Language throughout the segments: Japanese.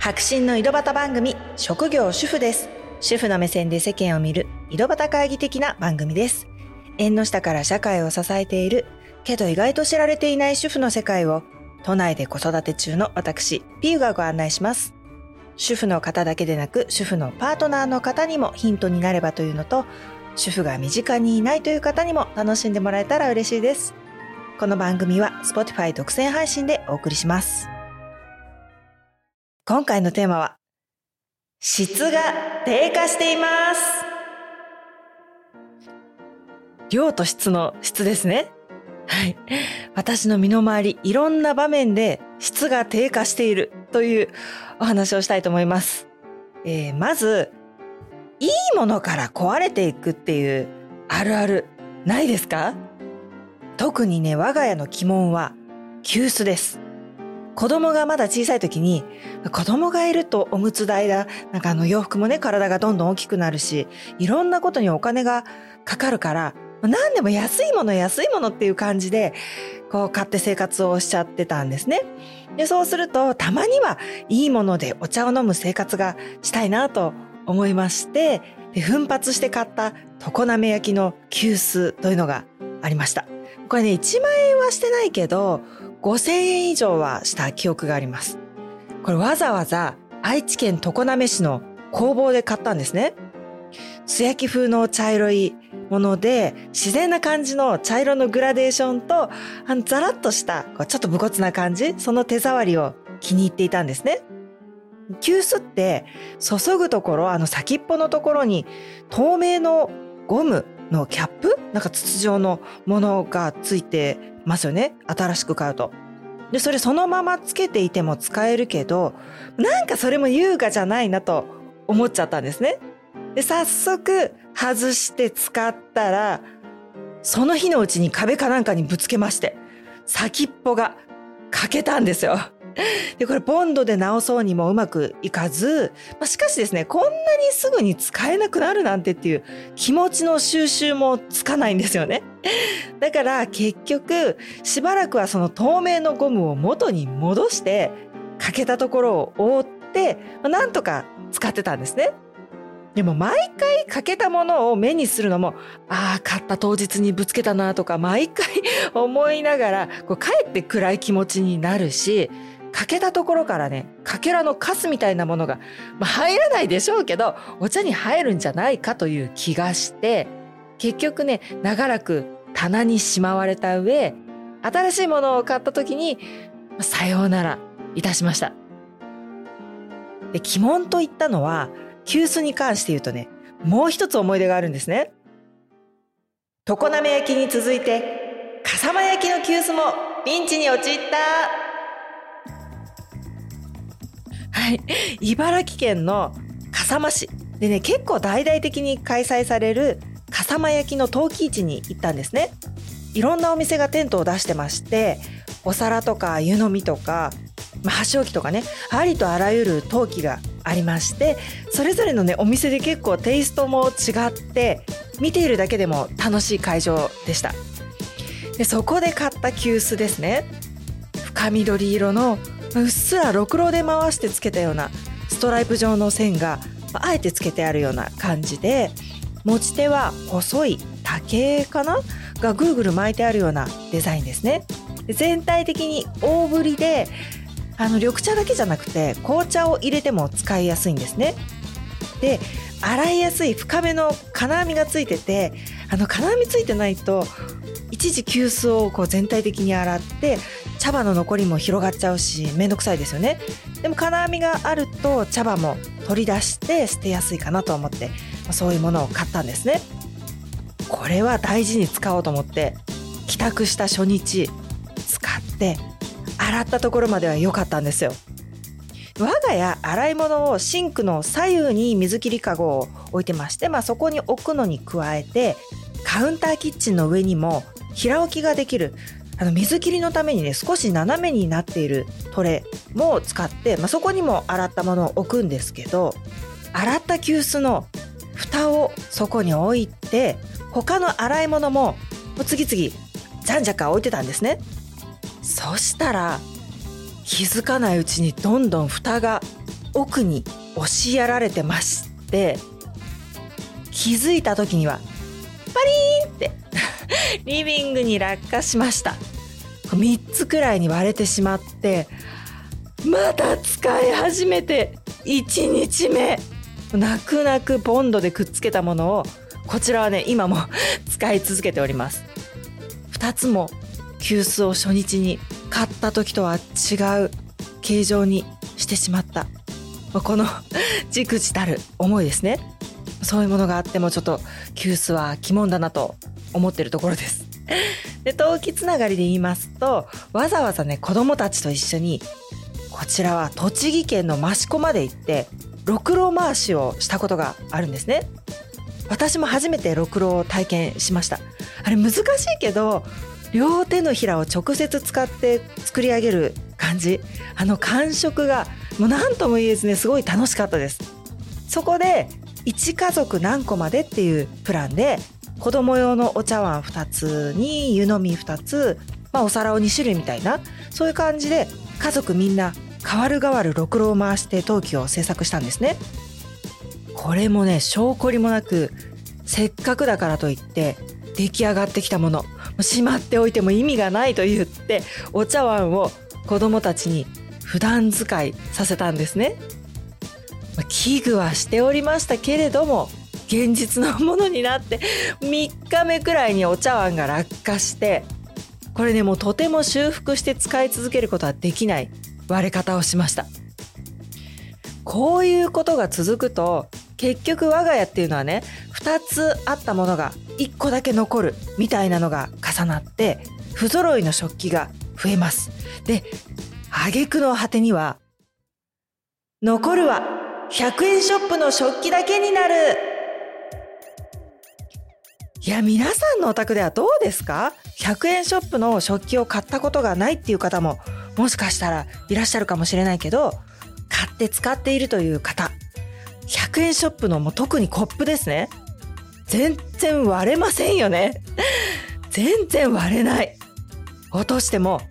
白真の井戸端番組、職業主婦です。主婦の目線で世間を見る井戸端会議的な番組です。縁の下から社会を支えているけど意外と知られていない主婦の世界を都内で子育て中の私ピウがご案内します。主婦の方だけでなく主婦のパートナーの方にもヒントになればというのと、主婦が身近にいないという方にも楽しんでもらえたら嬉しいです。この番組は Spotify 独占配信でお送りします。今回のテーマは質が低下しています。量と質の質ですね。はい。私の身の回り、いろんな場面で質が低下しているというお話をしたいと思います。まず、いいものから壊れていくっていうあるあるないですか？特にね、我が家の鬼門は急須です。子供がまだ小さい時に、子供がいるとおむつ代だ、洋服もね、体がどんどん大きくなるし、いろんなことにお金がかかるから、何でも安いものっていう感じで、こう買って生活をしちゃってたんですね。で、そうすると、たまにはいいものでお茶を飲む生活がしたいなと思いまして、で奮発して買った常滑焼の急須というのがありました。これね、1万円はしてないけど、5000円以上はした記憶があります。これわざわざ愛知県常滑市の工房で買ったんですね。素焼き風の茶色いもので、自然な感じの茶色のグラデーションと、ザラッとしたちょっと武骨な感じ、その手触りを気に入っていたんですね。急須って注ぐところ、先っぽのところに透明のゴムのキャップ、筒状のものがついてますよね。新しく買うと。で、それそのままつけていても使えるけど、それも優雅じゃないなと思っちゃったんですね。で、早速外して使ったら、その日のうちに壁かなんかにぶつけまして、先っぽが欠けたんですよ。で、これボンドで直そうにもうまくいかず、しかしですね、こんなにすぐに使えなくなるなんてっていう気持ちの収集もつかないんですよね。だから結局しばらくはその透明のゴムを元に戻して欠けたところを覆ってなんとか使ってたんですね。でも毎回欠けたものを目にするのも、買った当日にぶつけたなとか毎回思いながらかえって暗い気持ちになるし、欠けたところからね、かけらのカスみたいなものが、入らないでしょうけど、お茶に入るんじゃないかという気がして、結局ね、長らく棚にしまわれた上、新しいものを買った時に、さようならいたしました。で、鬼門と言ったのは、急須に関して言うとね、もう一つ思い出があるんですね。常滑焼に続いて、笠間焼の急須もピンチに陥った。はい、茨城県の笠間市でね、結構大々的に開催される笠間焼の陶器市に行ったんですね。いろんなお店がテントを出してまして、お皿とか湯飲みとか、箸置きとかね、ありとあらゆる陶器がありまして、それぞれのね、お店で結構テイストも違って、見ているだけでも楽しい会場でした。で、そこで買った急須ですね。深緑色のうっすらろくろで回してつけたようなストライプ状の線があえてつけてあるような感じで、持ち手は細い竹かながぐるぐる巻いてあるようなデザインですね。で、全体的に大ぶりで、緑茶だけじゃなくて紅茶を入れても使いやすいんですね。で、洗いやすい深めの金網がついてて、金網ついてないと一時急須を全体的に洗って茶葉の残りも広がっちゃうし、めんどくさいですよね。でも金網があると茶葉も取り出して捨てやすいかなと思って、そういうものを買ったんですね。これは大事に使おうと思って帰宅した初日使って、洗ったところまでは良かったんですよ。我が家洗い物をシンクの左右に水切りかごを置いてまして、そこに置くのに加えてカウンターキッチンの上にも平置きができる水切りのためにね、少し斜めになっているトレも使って、そこにも洗ったものを置くんですけど、洗った急須の蓋をそこに置いて、他の洗い物も次々じゃんじゃか置いてたんですね。そしたら気づかないうちにどんどん蓋が奥に押しやられてまして、気づいた時にはパリーンってリビングに落下しました。3つくらいに割れてしまって、また使い始めて1日目、泣く泣くボンドでくっつけたものを、こちらはね今も使い続けております。2つも急須を初日に買った時とは違う形状にしてしまった、このじくじたる思いですね。そういうものがあってもちょっと急須は鬼門だなと思ってるところです。で、陶器つながりで言いますと、わざわざね子供たちと一緒に、こちらは栃木県の益子まで行ってろくろ回しをしたことがあるんですね。私も初めてろくろを体験しました。あれ難しいけど、両手のひらを直接使って作り上げる感じ、感触がもう何とも言えずね、すごい楽しかったです。そこで1家族何個までっていうプランで、子供用のお茶碗2つに湯飲み2つ、お皿を2種類みたいな、そういう感じで家族みんな代わる代わるろくろを回して陶器を制作したんですね。これもね性懲りもなく、せっかくだからといって出来上がってきたもの、しまっておいても意味がないと言って、お茶碗を子供たちに普段使いさせたんですね。危惧はしておりましたけれども、現実のものになって3日目くらいにお茶碗が落下して、これねもうとても修復して使い続けることはできない割れ方をしました。こういうことが続くと、結局我が家っていうのはね、2つあったものが1個だけ残るみたいなのが重なって、不揃いの食器が増えます。で、挙句の果てには、残るは100円ショップの食器だけになる。いや、皆さんのお宅ではどうですか？100円ショップの食器を買ったことがないっていう方ももしかしたらいらっしゃるかもしれないけど、買って使っているという方、100円ショップのもう特にコップですね、全然割れませんよね。全然割れない。落としても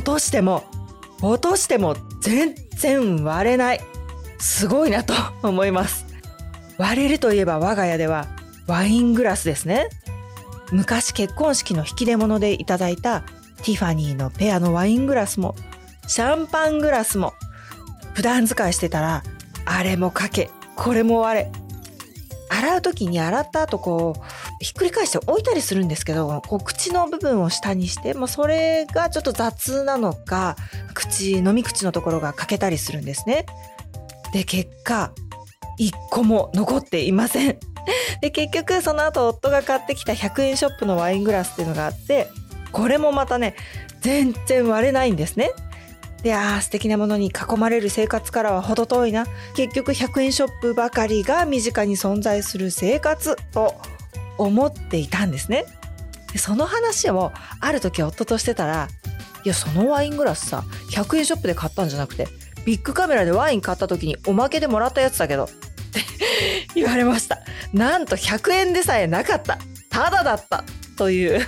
全然割れない。すごいなと思います。割れるといえば我が家ではワイングラスですね。昔結婚式の引き出物でいただいたティファニーのペアのワイングラスもシャンパングラスも普段使いしてたら、あれもかけこれも割れ、洗う時に洗った後ひっくり返して置いたりするんですけど、口の部分を下にして、それがちょっと雑なのか、飲み口のところが欠けたりするんですね。で、結果1個も残っていません。で、結局その後夫が買ってきた100円ショップのワイングラスっていうのがあって、これもまたね全然割れないんですね。で、素敵なものに囲まれる生活からは程遠いな、結局100円ショップばかりが身近に存在する生活と思っていたんですね。で、その話をある時夫としてたら、いや、そのワイングラスさ、100円ショップで買ったんじゃなくてビッグカメラでワイン買った時におまけでもらったやつだけどって言われました。なんと100円でさえなかった、ただだったという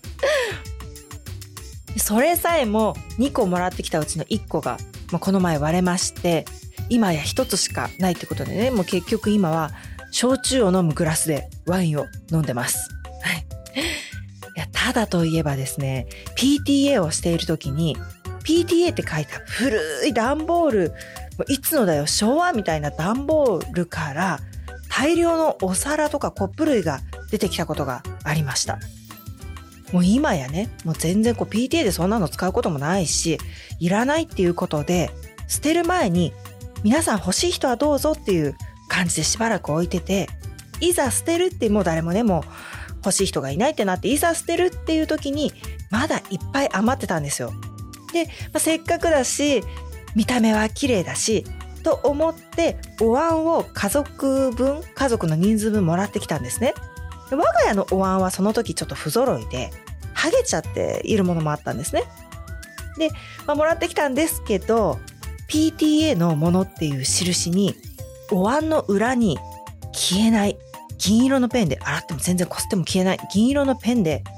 それさえも2個もらってきたうちの1個が、この前割れまして、今や1つしかないってことでね、もう結局今は焼酎を飲むグラスでワインを飲んでます。はい。いや、ただといえばですね、PTA をしている時に PTA って書いた古い段ボール、いつのだよ、昭和みたいな段ボールから大量のお皿とかコップ類が出てきたことがありました。もう今やね、もう全然PTA でそんなの使うこともないし、いらないっていうことで、捨てる前に皆さん欲しい人はどうぞっていう感じでしばらく置いてて、いざ捨てるってもう誰もね、もう欲しい人がいないってなって、いざ捨てるっていう時にまだいっぱい余ってたんですよ。で、せっかくだし見た目は綺麗だしと思ってお椀を家族の人数分もらってきたんですね。我が家のお椀はその時ちょっと不揃いで剥げちゃっているものもあったんですね。で、もらってきたんですけど、 PTA のものっていう印にお椀の裏に消えない銀色のペンで、洗っても全然こすっても消えない銀色のペンで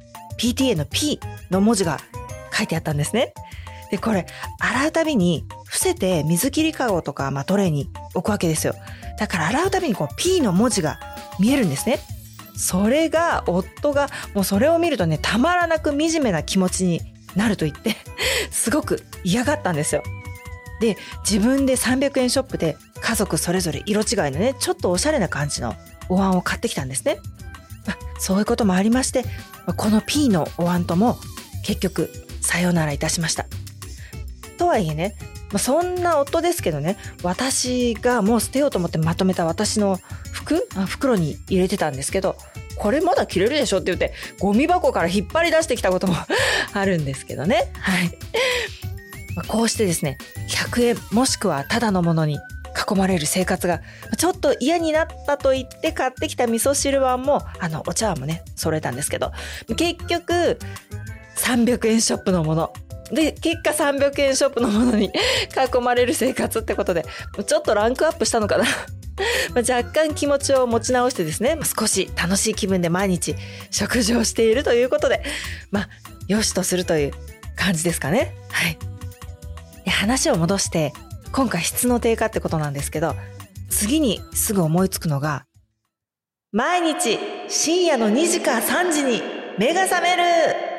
PTA の P の文字が書いてあったんですね。で、これ洗うたびに不伏せて水切りかごとか、トレーに置くわけですよ。だから洗うたびにP の文字が見えるんですね。それが夫がもうそれを見るとね、たまらなく惨めな気持ちになると言ってすごく嫌がったんですよ。で、自分で300円ショップで家族それぞれ色違いのね、ちょっとおしゃれな感じのお椀を買ってきたんですね。そういうこともありまして、この P のお椀とも結局さよならいたしました。とはいえね、そんな夫ですけどね、私がもう捨てようと思ってまとめた私の袋に入れてたんですけど、これまだ着れるでしょって言ってゴミ箱から引っ張り出してきたこともあるんですけどね。はい。こうしてですね、100円もしくはただのものに囲まれる生活がちょっと嫌になったと言って買ってきた味噌汁碗もお茶碗もね揃えたんですけど、結局300円ショップのもので、結果300円ショップのものに囲まれる生活ってことで、ちょっとランクアップしたのかな若干気持ちを持ち直してですね、少し楽しい気分で毎日食事をしているということで、よしとするという感じですかね。はい。話を戻して今回質の低下ってことなんですけど、次にすぐ思いつくのが、毎日深夜の2時か3時に目が覚める。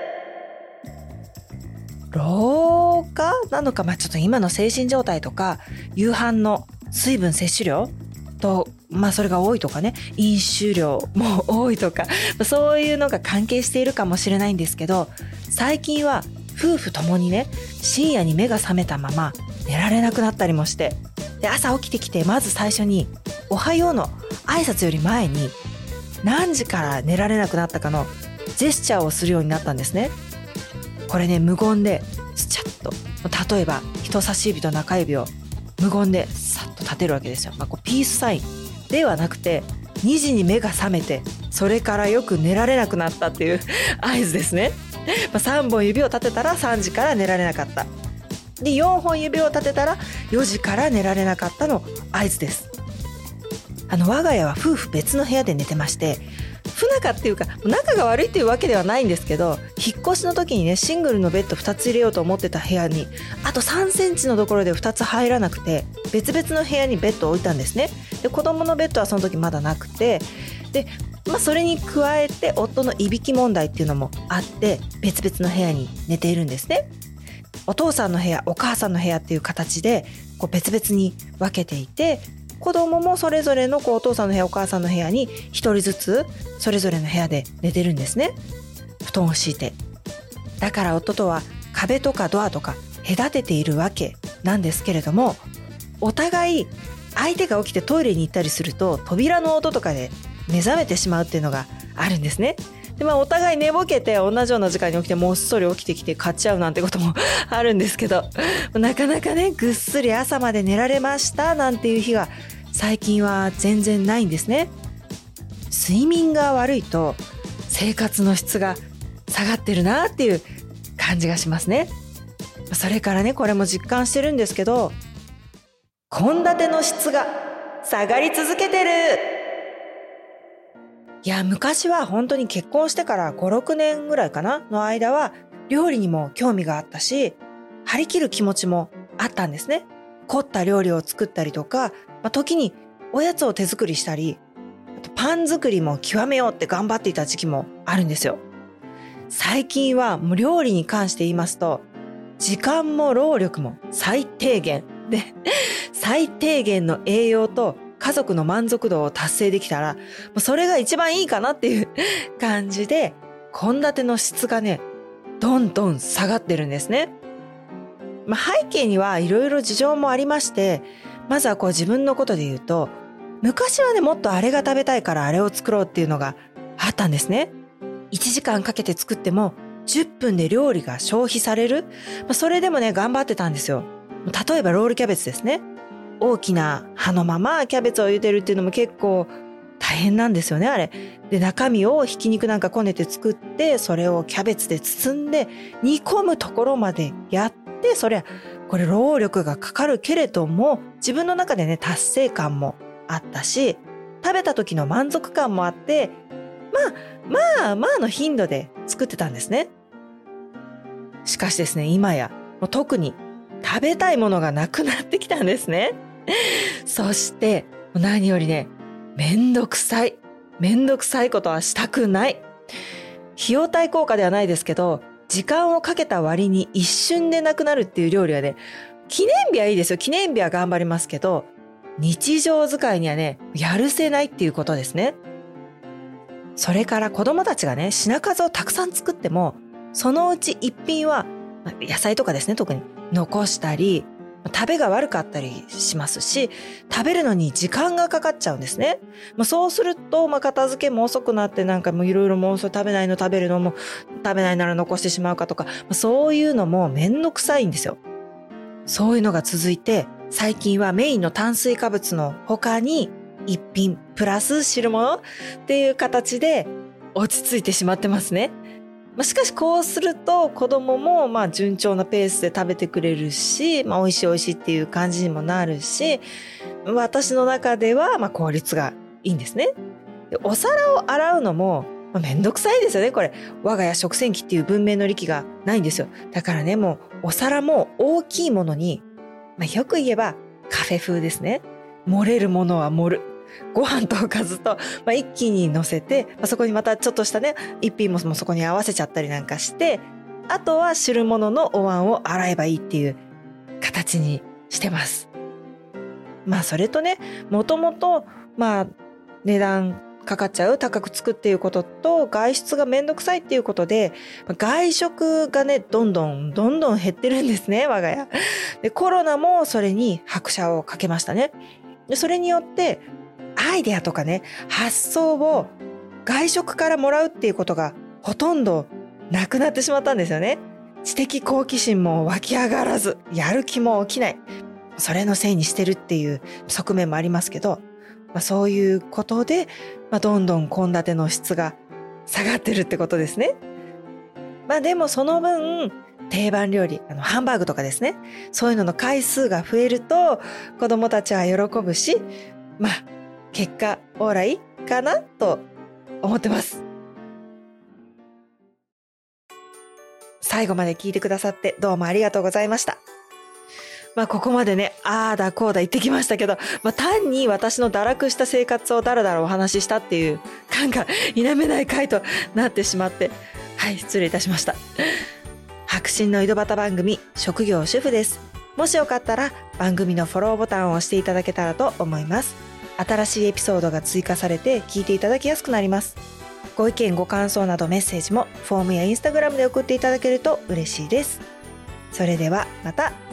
老化なのか、ちょっと今の精神状態とか夕飯の水分摂取量と、それが多いとかね、飲酒量も多いとか、そういうのが関係しているかもしれないんですけど、最近は夫婦ともにね、深夜に目が覚めたまま寝られなくなったりもして、で、朝起きてきてまず最初におはようの挨拶より前に何時から寝られなくなったかのジェスチャーをするようになったんですね。これね、無言でスチャッと、例えば人差し指と中指を無言でさっと立てるわけですよ。ピースサインではなくて、2時に目が覚めてそれからよく寝られなくなったっていう合図ですね。3本指を立てたら3時から寝られなかった。で、4本指を立てたら4時から寝られなかったの合図です。我が家は夫婦別の部屋で寝てまして、不仲っていうか仲が悪いっていうわけではないんですけど、引っ越しの時にね、シングルのベッド2つ入れようと思ってた部屋にあと3センチのところで2つ入らなくて、別々の部屋にベッドを置いたんですね。で、子供のベッドはその時まだなくて、で、それに加えて夫のいびき問題っていうのもあって、別々の部屋に寝ているんですね。お父さんの部屋、お母さんの部屋っていう形で別々に分けていて、子供もそれぞれのお父さんの部屋、お母さんの部屋に一人ずつそれぞれの部屋で寝てるんですね。布団を敷いて。だから夫とは壁とかドアとか隔てているわけなんですけれども、お互い相手が起きてトイレに行ったりすると扉の音とかで目覚めてしまうっていうのがあるんですね。で、お互い寝ぼけて同じような時間に起きてもっそり起きてきて買っちゃうなんてこともあるんですけど、なかなかね、ぐっすり朝まで寝られましたなんていう日が最近は全然ないんですね。睡眠が悪いと生活の質が下がってるなっていう感じがしますね。それからね、これも実感してるんですけど、献立の質が下がり続けてる。いや、昔は本当に結婚してから5、6年ぐらいかなの間は料理にも興味があったし、張り切る気持ちもあったんですね。凝った料理を作ったりとか、時におやつを手作りしたり、あとパン作りも極めようって頑張っていた時期もあるんですよ。最近はもう料理に関して言いますと、時間も労力も最低限で、最低限の栄養と家族の満足度を達成できたら、それが一番いいかなっていう感じで、献立の質がね、どんどん下がってるんですね。背景にはいろいろ事情もありまして、まずは自分のことで言うと、昔はね、もっとあれが食べたいからあれを作ろうっていうのがあったんですね。1時間かけて作っても10分で料理が消費される。それでもね、頑張ってたんですよ。例えばロールキャベツですね。大きな葉のままキャベツを茹でるっていうのも結構大変なんですよね、あれ。で、中身をひき肉なんかこねて作って、それをキャベツで包んで煮込むところまでやって、そりゃこれ労力がかかるけれども、自分の中でね、達成感もあったし、食べた時の満足感もあって、まあの頻度で作ってたんですね。しかしですね、今やもう特に食べたいものがなくなってきたんですね。そして何よりね、めんどくさいことはしたくない。費用対効果ではないですけど、時間をかけた割に一瞬でなくなるっていう料理はね、記念日はいいですよ。記念日は頑張りますけど、日常使いにはね、やるせないっていうことですね。それから子供たちがね、品数をたくさん作っても、そのうち一品は、野菜とかですね、特に残したり、食べが悪かったりしますし、食べるのに時間がかかっちゃうんですね。そうすると、片付けも遅くなって、なんかもういろいろもうそれ食べないの食べるのも、食べないなら残してしまうかとか、そういうのもめんどくさいんですよ。そういうのが続いて、最近はメインの炭水化物の他に一品プラス汁物っていう形で落ち着いてしまってますね。しかしこうすると子供も順調なペースで食べてくれるし、美味しいっていう感じにもなるし、私の中では効率がいいんですね。お皿を洗うのもめんどくさいですよね。これ我が家食洗機っていう文明の利器がないんですよ。だからね、もうお皿も大きいものに、よく言えばカフェ風ですね。盛れるものは盛る。ご飯とおかずと、一気に乗せて、そこにまたちょっとしたね、一品もそこに合わせちゃったりなんかして、あとは汁物のお椀を洗えばいいっていう形にしてます。それとね、もともと値段かかっちゃう、高くつくっていうことと、外出がめんどくさいっていうことで、外食がね、どんどん減ってるんですね、我が家。で、コロナもそれに拍車をかけましたね。で、それによってアイデアとかね、発想を外食からもらうっていうことがほとんどなくなってしまったんですよね。知的好奇心も湧き上がらず、やる気も起きない。それのせいにしてるっていう側面もありますけど、そういうことで、どんどん献立の質が下がってるってことですね。でもその分、定番料理、ハンバーグとかですね、そういうのの回数が増えると子供たちは喜ぶし、結果オーライかなと思ってます。最後まで聞いてくださってどうもありがとうございました。ここまでね、あーだこうだ言ってきましたけど、単に私の堕落した生活をだらだらお話ししたっていう感が否めない回となってしまって、失礼いたしました。白真の井戸端番組、職業主婦です。もしよかったら番組のフォローボタンを押していただけたらと思います。新しいエピソードが追加されて聞いていただきやすくなります。ご意見ご感想などメッセージもフォームやインスタグラムで送っていただけると嬉しいです。それではまた。